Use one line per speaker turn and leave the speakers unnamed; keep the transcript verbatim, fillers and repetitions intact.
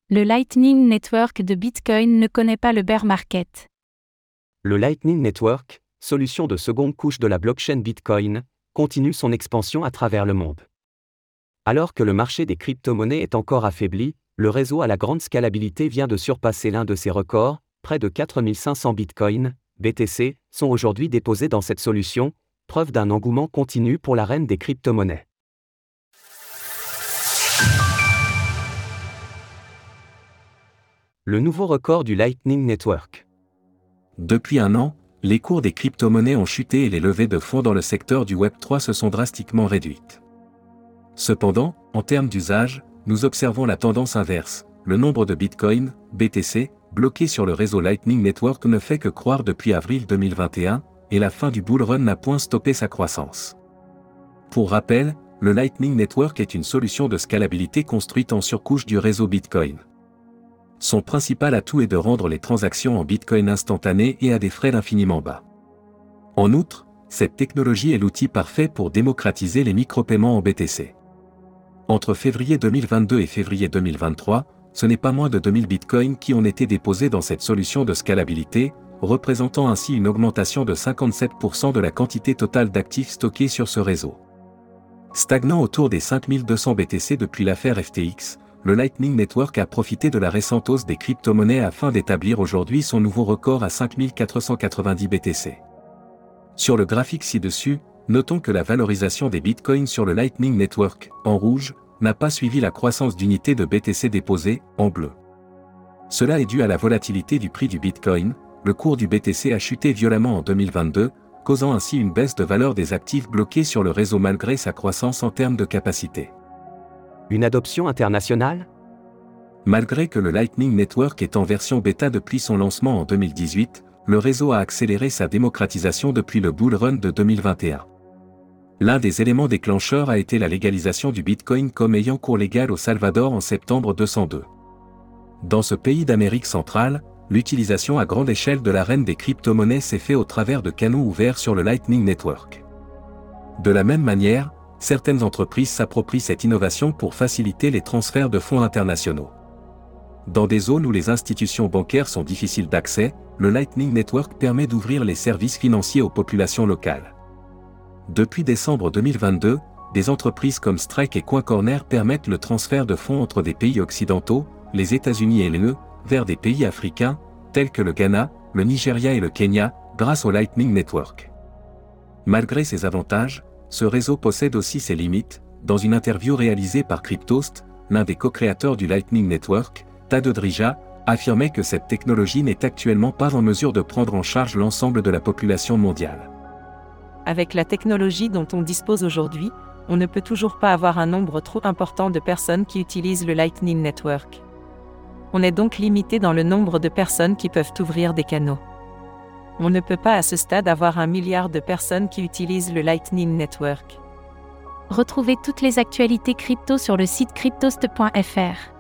Le Lightning Network de Bitcoin ne connaît pas le bear market.
Le Lightning Network, solution de seconde couche de la blockchain Bitcoin, continue son expansion à travers le monde. Alors que le marché des crypto-monnaies est encore affaibli, le réseau à la grande scalabilité vient de surpasser l'un de ses records. Près de quatre mille cinq cents bitcoins, B T C, sont aujourd'hui déposés dans cette solution, preuve d'un engouement continu pour la reine des crypto-monnaies. Le nouveau record du Lightning Network.
Depuis un an, les cours des crypto-monnaies ont chuté et les levées de fonds dans le secteur du web trois se sont drastiquement réduites. Cependant, en termes d'usage, nous observons la tendance inverse. Le nombre de Bitcoin, B T C, bloqués sur le réseau Lightning Network ne fait que croître depuis avril deux mille vingt et un, et la fin du bull run n'a point stoppé sa croissance. Pour rappel, le Lightning Network est une solution de scalabilité construite en surcouche du réseau Bitcoin. Son principal atout est de rendre les transactions en Bitcoin instantanées et à des frais infiniment bas. En outre, cette technologie est l'outil parfait pour démocratiser les micro-paiements en B T C. Entre février deux mille vingt-deux et février deux mille vingt-trois, ce n'est pas moins de deux mille bitcoins qui ont été déposés dans cette solution de scalabilité, représentant ainsi une augmentation de cinquante-sept pour cent de la quantité totale d'actifs stockés sur ce réseau. Stagnant autour des cinq mille deux cents B T C depuis l'affaire F T X, le Lightning Network a profité de la récente hausse des crypto-monnaies afin d'établir aujourd'hui son nouveau record à cinq mille quatre cent quatre-vingt-dix B T C. Sur le graphique ci-dessus, notons que la valorisation des bitcoins sur le Lightning Network, en rouge, n'a pas suivi la croissance d'unités de B T C déposées, en bleu. Cela est dû à la volatilité du prix du bitcoin. Le cours du B T C a chuté violemment en deux mille vingt-deux, causant ainsi une baisse de valeur des actifs bloqués sur le réseau malgré sa croissance en termes de capacité.
Une adoption internationale ?
Malgré que le Lightning Network est en version bêta depuis son lancement en deux mille dix-huit, le réseau a accéléré sa démocratisation depuis le bull run de deux mille vingt et un. L'un des éléments déclencheurs a été la légalisation du Bitcoin comme ayant cours légal au Salvador en septembre deux cent deux. Dans ce pays d'Amérique centrale, l'utilisation à grande échelle de la reine des crypto-monnaies s'est faite au travers de canaux ouverts sur le Lightning Network. De la même manière, certaines entreprises s'approprient cette innovation pour faciliter les transferts de fonds internationaux. Dans des zones où les institutions bancaires sont difficiles d'accès, le Lightning Network permet d'ouvrir les services financiers aux populations locales. Depuis décembre deux mille vingt-deux, des entreprises comme Strike et Coin Corner permettent le transfert de fonds entre des pays occidentaux, les États-Unis et l'U E, vers des pays africains, tels que le Ghana, le Nigeria et le Kenya, grâce au Lightning Network. Malgré ces avantages, ce réseau possède aussi ses limites. Dans une interview réalisée par Cryptost, l'un des co-créateurs du Lightning Network, Tadodrija, affirmait que cette technologie n'est actuellement pas en mesure de prendre en charge l'ensemble de la population mondiale.
Avec la technologie dont on dispose aujourd'hui, on ne peut toujours pas avoir un nombre trop important de personnes qui utilisent le Lightning Network. On est donc limité dans le nombre de personnes qui peuvent ouvrir des canaux. On ne peut pas à ce stade avoir un milliard de personnes qui utilisent le Lightning Network.
Retrouvez toutes les actualités crypto sur le site cryptost point f r.